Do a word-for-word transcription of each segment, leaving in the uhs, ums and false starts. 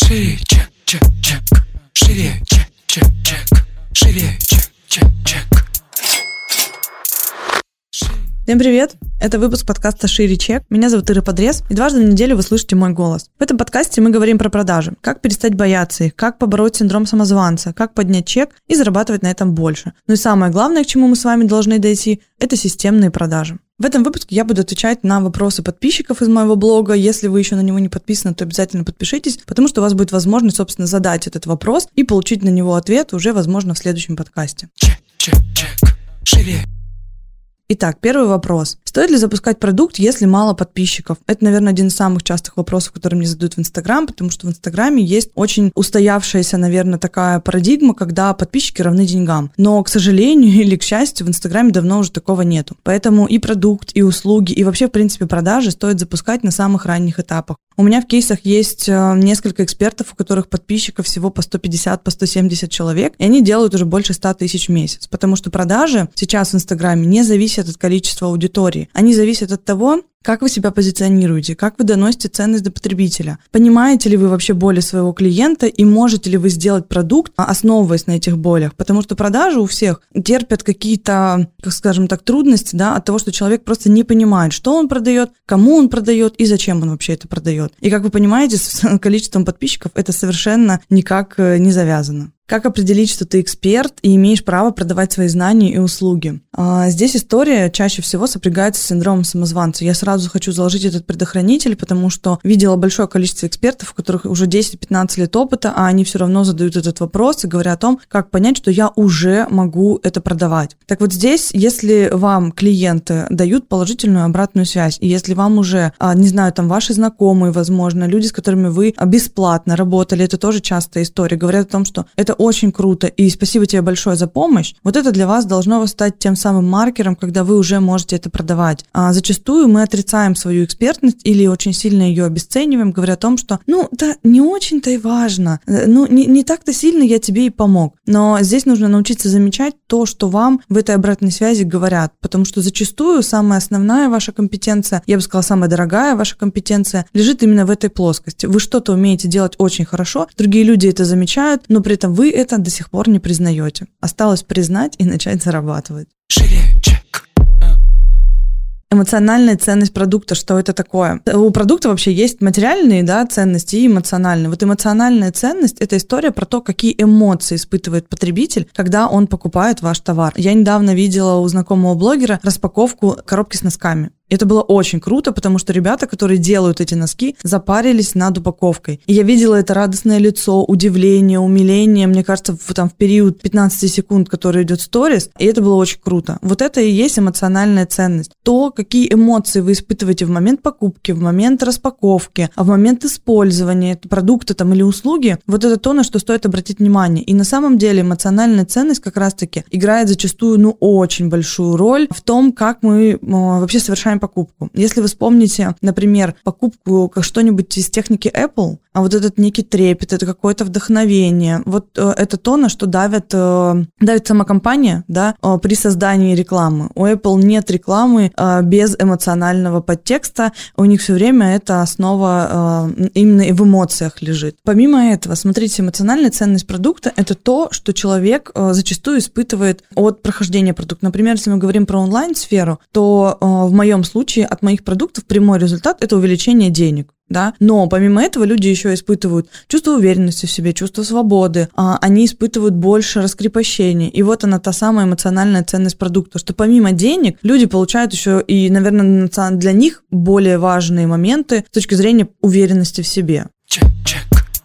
Шире, чек, чек, чек. Шире, чек, чек, чек. Шире, чек, чек, чек. Всем привет! Это выпуск подкаста «Шире чек». Меня зовут Ира Подрез, и дважды на неделю вы слышите мой голос. В этом подкасте мы говорим про продажи, как перестать бояться их, как побороть синдром самозванца, как поднять чек и зарабатывать на этом больше. Ну и самое главное, к чему мы с вами должны дойти, это системные продажи. В этом выпуске я буду отвечать на вопросы подписчиков из моего блога. Если вы еще на него не подписаны, то обязательно подпишитесь, потому что у вас будет возможность, собственно, задать этот вопрос и получить на него ответ уже, возможно, в следующем подкасте. Чек, чек, чек. Шире. Итак, первый вопрос. Стоит ли запускать продукт, если мало подписчиков? Это, наверное, один из самых частых вопросов, которые мне задают в Инстаграм, потому что в Инстаграме есть очень устоявшаяся, наверное, такая парадигма, когда подписчики равны деньгам. Но, к сожалению или к счастью, в Инстаграме давно уже такого нету. Поэтому и продукт, и услуги, и вообще, в принципе, продажи стоит запускать на самых ранних этапах. У меня в кейсах есть несколько экспертов, у которых подписчиков всего по сто пятьдесят, по сто семьдесят человек, и они делают уже больше ста тысяч в месяц, потому что продажи сейчас в Инстаграме не зависят от количества аудитории. Они зависят от того, как вы себя позиционируете, как вы доносите ценность до потребителя. Понимаете ли вы вообще боли своего клиента и можете ли вы сделать продукт, основываясь на этих болях? Потому что продажи у всех терпят какие-то, как скажем так, трудности, да, от того, что человек просто не понимает, что он продает, кому он продает и зачем он вообще это продает. И как вы понимаете, с количеством подписчиков это совершенно никак не завязано. Как определить, что ты эксперт и имеешь право продавать свои знания и услуги? А, здесь история чаще всего сопрягается с синдромом самозванца. Я сразу хочу заложить этот предохранитель, потому что видела большое количество экспертов, у которых уже десять-пятнадцать лет опыта, а они все равно задают этот вопрос и говорят о том, как понять, что я уже могу это продавать. Так вот здесь, если вам клиенты дают положительную обратную связь, и если вам уже, а, не знаю, там ваши знакомые, возможно, люди, с которыми вы бесплатно работали, это тоже частая история, говорят о том, что это очень круто, и спасибо тебе большое за помощь, вот это для вас должно стать тем самым маркером, когда вы уже можете это продавать. А зачастую мы отрицаем свою экспертность или очень сильно ее обесцениваем, говоря о том, что, ну, да, не очень-то и важно, ну, не, не так-то сильно я тебе и помог. Но здесь нужно научиться замечать то, что вам в этой обратной связи говорят, потому что зачастую самая основная ваша компетенция, я бы сказала, самая дорогая ваша компетенция, лежит именно в этой плоскости. Вы что-то умеете делать очень хорошо, другие люди это замечают, но при этом вы это до сих пор не признаете. Осталось признать и начать зарабатывать. Шире, чек. Эмоциональная ценность продукта, что это такое? У продукта вообще есть материальные, да, ценности и эмоциональные. Вот эмоциональная ценность – это история про то, какие эмоции испытывает потребитель, когда он покупает ваш товар. Я недавно видела у знакомого блогера распаковку коробки с носками. Это было очень круто, потому что ребята, которые делают эти носки, запарились над упаковкой. И я видела это радостное лицо, удивление, умиление, мне кажется, в, там, в период пятнадцать секунд, который идет сторис, и это было очень круто. Вот это и есть эмоциональная ценность. То, какие эмоции вы испытываете в момент покупки, в момент распаковки, а в момент использования продукта там, или услуги, вот это то, на что стоит обратить внимание. И на самом деле эмоциональная ценность как раз-таки играет зачастую, ну, очень большую роль в том, как мы э, вообще совершаем покупку. Если вы вспомните, например, покупку как что-нибудь из техники Apple, а вот этот некий трепет, это какое-то вдохновение, вот э, это то, на что давит, э, давит сама компания, да, э, при создании рекламы. У Apple нет рекламы э, без эмоционального подтекста, у них все время эта основа э, именно и в эмоциях лежит. Помимо этого, смотрите, эмоциональная ценность продукта – это то, что человек э, зачастую испытывает от прохождения продукта. Например, если мы говорим про онлайн-сферу, то э, в моем случае от моих продуктов прямой результат – это увеличение денег. Да? Но помимо этого люди еще испытывают чувство уверенности в себе, чувство свободы, а, они испытывают больше раскрепощения. И вот она та самая эмоциональная ценность продукта, что помимо денег люди получают еще и, наверное, для них более важные моменты с точки зрения уверенности в себе. Чек, чек.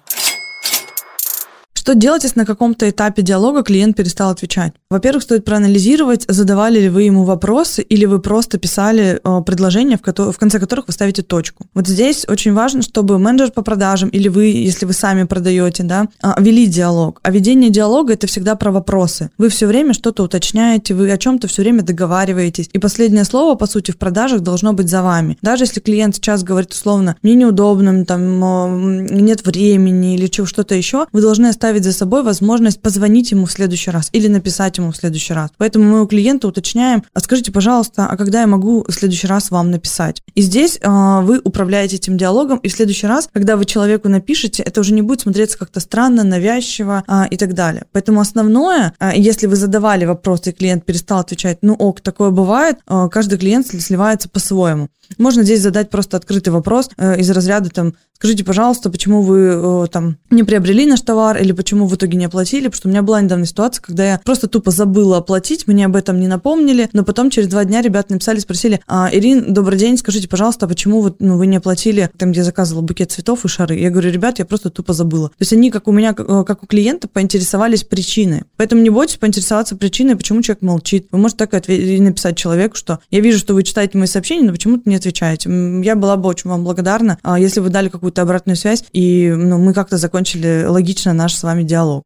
Что делать, если на каком-то этапе диалога клиент перестал отвечать? Во-первых, стоит проанализировать, задавали ли вы ему вопросы или вы просто писали э, предложения, в, ко- в конце которых вы ставите точку. Вот здесь очень важно, чтобы менеджер по продажам или вы, если вы сами продаете, да, э, вели диалог. А ведение диалога – это всегда про вопросы. Вы все время что-то уточняете, вы о чем-то все время договариваетесь. И последнее слово, по сути, в продажах должно быть за вами. Даже если клиент сейчас говорит условно «мне неудобно», там, э, «нет времени» или что-то еще, вы должны оставить оставить за собой возможность позвонить ему в следующий раз или написать ему в следующий раз. Поэтому мы у клиента уточняем: а скажите, пожалуйста, а когда я могу в следующий раз вам написать? И здесь э, вы управляете этим диалогом, и в следующий раз, когда вы человеку напишете, это уже не будет смотреться как-то странно, навязчиво э, и так далее. Поэтому основное, э, если вы задавали вопрос, и клиент перестал отвечать, ну ок, такое бывает, э, каждый клиент сливается по-своему. Можно здесь задать просто открытый вопрос э, из разряда там: скажите, пожалуйста, почему вы э, там не приобрели наш товар или почему в итоге не оплатили, потому что у меня была недавно ситуация, когда я просто тупо забыла оплатить, мне об этом не напомнили, но потом через два дня ребята написали, спросили: а, Ирин, добрый день, скажите, пожалуйста, почему вы, ну, вы не оплатили там, где я заказывала букет цветов и шары? Я говорю: ребят, я просто тупо забыла. То есть они, как у меня, как у клиента, поинтересовались причиной. Поэтому не бойтесь поинтересоваться причиной, почему человек молчит. Вы можете так и написать человеку, что я вижу, что вы читаете мои сообщения, но почему-то не отвечаете. Я была бы очень вам благодарна, если вы дали какую-то обратную связь, и ну, мы как-то закончили логично наш с вами диалог.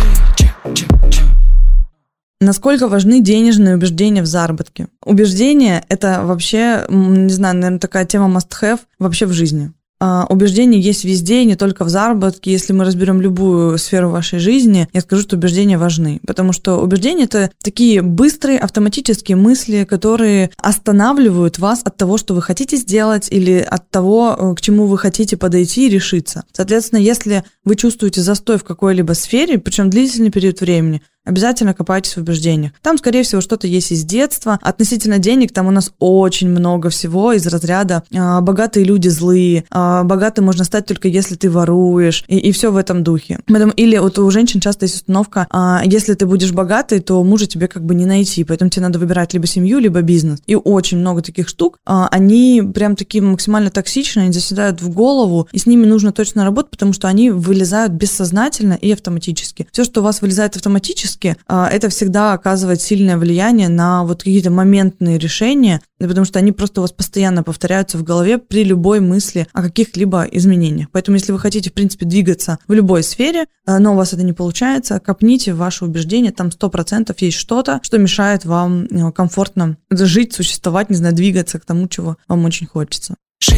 Насколько важны денежные убеждения в заработке? Убеждения – это вообще, не знаю, наверное, такая тема must-have вообще в жизни. Uh, убеждения есть везде, не только в заработке. Если мы разберем любую сферу вашей жизни, я скажу, что убеждения важны. Потому что убеждения – это такие быстрые автоматические мысли, которые останавливают вас от того, что вы хотите сделать, или от того, к чему вы хотите подойти и решиться. Соответственно, если вы чувствуете застой в какой-либо сфере, причем длительный период времени, обязательно копайтесь в убеждениях. Там, скорее всего, что-то есть из детства. Относительно денег там у нас очень много всего из разряда э, «богатые люди злые», э, «богатым можно стать только если ты воруешь», и, и все в этом духе. Поэтому, или вот у женщин часто есть установка: э, если ты будешь богатой, то мужа тебе как бы не найти, поэтому тебе надо выбирать либо семью, либо бизнес. И очень много таких штук. Э, они прям такие максимально токсичные, они заседают в голову, и с ними нужно точно работать, потому что они вылезают бессознательно и автоматически. Все, что у вас вылезает автоматически, это всегда оказывает сильное влияние на вот какие-то моментные решения, потому что они просто у вас постоянно повторяются в голове при любой мысли о каких-либо изменениях. Поэтому, если вы хотите, в принципе, двигаться в любой сфере, но у вас это не получается, копните в ваши убеждения, там сто процентов есть что-то, что мешает вам комфортно жить, существовать, не знаю, двигаться к тому, чего вам очень хочется.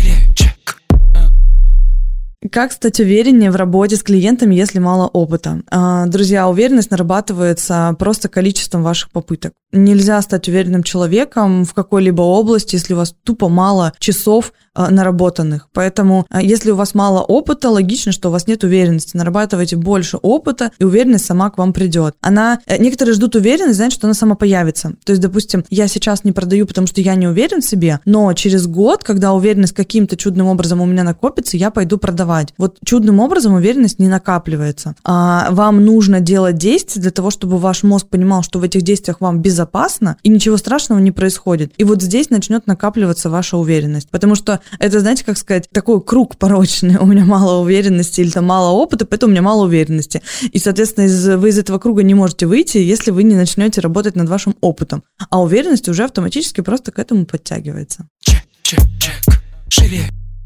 Как стать увереннее в работе с клиентами, если мало опыта? Друзья, уверенность нарабатывается просто количеством ваших попыток. Нельзя стать уверенным человеком в какой-либо области, если у вас тупо мало часов наработанных. Поэтому, если у вас мало опыта, логично, что у вас нет уверенности. Нарабатывайте больше опыта, и уверенность сама к вам придет. Она, некоторые ждут уверенность, знаете, что она сама появится. То есть, допустим, я сейчас не продаю, потому что я не уверен в себе, но через год, когда уверенность каким-то чудным образом у меня накопится, я пойду продавать. Вот чудным образом уверенность не накапливается. А вам нужно делать действия для того, чтобы ваш мозг понимал, что в этих действиях вам безопасно, и ничего страшного не происходит. И вот здесь начнет накапливаться ваша уверенность. Потому что это, знаете, как сказать, такой круг порочный. У меня мало уверенности или там мало опыта, поэтому у меня мало уверенности. И, соответственно, из, вы из этого круга не можете выйти, если вы не начнете работать над вашим опытом. А уверенность уже автоматически просто к этому подтягивается. Чек, чек, чек. Живее.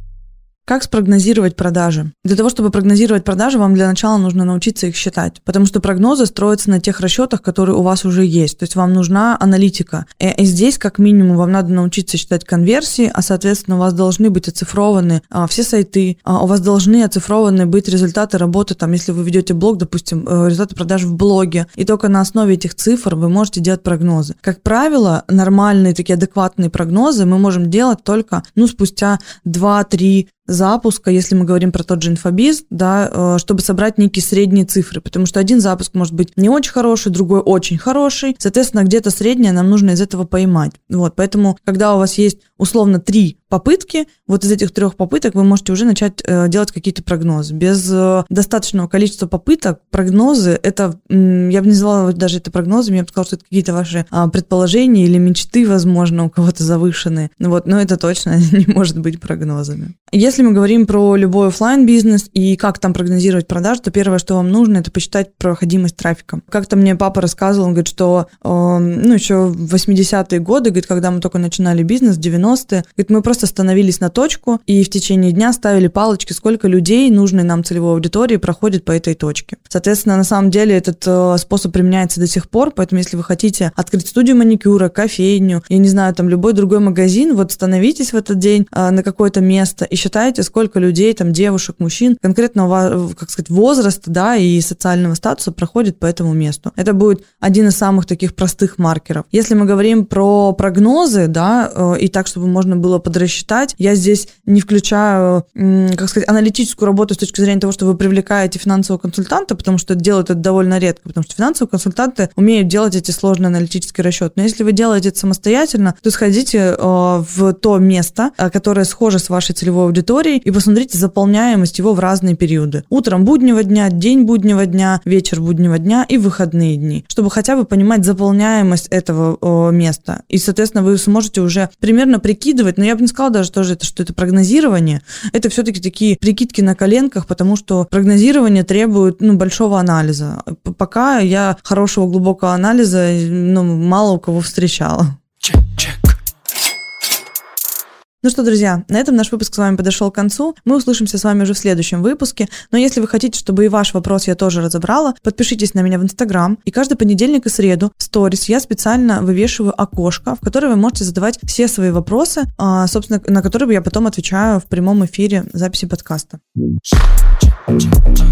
Как спрогнозировать продажи? Для того, чтобы прогнозировать продажи, вам для начала нужно научиться их считать, потому что прогнозы строятся на тех расчетах, которые у вас уже есть. То есть вам нужна аналитика. И здесь, как минимум, вам надо научиться считать конверсии, а, соответственно, у вас должны быть оцифрованы а, все сайты, а, у вас должны оцифрованы быть результаты работы, там, если вы ведете блог, допустим, результаты продаж в блоге, и только на основе этих цифр вы можете делать прогнозы. Как правило, нормальные такие адекватные прогнозы мы можем делать только, ну, спустя два-три запуска, если мы говорим про тот же инфобиз, да, чтобы собрать некие средние цифры, потому что один запуск может быть не очень хороший, другой очень хороший, соответственно, где-то среднее нам нужно из этого поймать. Вот, поэтому, когда у вас есть условно три попытки, вот из этих трех попыток вы можете уже начать э, делать какие-то прогнозы. Без э, достаточного количества попыток прогнозы, это, м, я бы не назвала даже это прогнозами, я бы сказала, что это какие-то ваши э, предположения или мечты, возможно, у кого-то завышенные. Вот, но это точно не может быть прогнозами. Если мы говорим про любой офлайн-бизнес и как там прогнозировать продажи, то первое, что вам нужно, это посчитать проходимость трафика. Как-то мне папа рассказывал, он говорит, что э, ну, еще в восьмидесятые годы, говорит, когда мы только начинали бизнес, в девяностые, девяностые. Говорит, мы просто становились на точку и в течение дня ставили палочки, сколько людей нужной нам целевой аудитории проходит по этой точке. Соответственно, на самом деле этот э, способ применяется до сих пор, поэтому если вы хотите открыть студию маникюра, кофейню, я не знаю, там любой другой магазин, вот становитесь в этот день э, на какое-то место и считайте, сколько людей, там девушек, мужчин, конкретного, как сказать, возраста, да, и социального статуса проходит по этому месту. Это будет один из самых таких простых маркеров. Если мы говорим про прогнозы, да, э, и так, чтобы можно было подрасчитать, я здесь не включаю, э, как сказать, аналитическую работу с точки зрения того, что вы привлекаете финансового консультанта, потому что делают это довольно редко, потому что финансовые консультанты умеют делать эти сложные аналитические расчеты. Но если вы делаете это самостоятельно, то сходите э, в то место, э, которое схоже с вашей целевой аудиторией, и посмотрите заполняемость его в разные периоды. Утром буднего дня, день буднего дня, вечер буднего дня и выходные дни, чтобы хотя бы понимать заполняемость этого о, места. И, соответственно, вы сможете уже примерно прикидывать, но я бы не сказала даже тоже, это, что это прогнозирование, это все-таки такие прикидки на коленках, потому что прогнозирование требует ну, большого анализа. Пока я хорошего глубокого анализа ну, мало у кого встречала. Чек, чек. Ну что, друзья, на этом наш выпуск с вами подошел к концу. Мы услышимся с вами уже в следующем выпуске. Но если вы хотите, чтобы и ваш вопрос я тоже разобрала, подпишитесь на меня в Инстаграм. И каждый понедельник и среду в сторис я специально вывешиваю окошко, в которое вы можете задавать все свои вопросы, собственно, на которые я потом отвечаю в прямом эфире записи подкаста. Чек, чек, чек.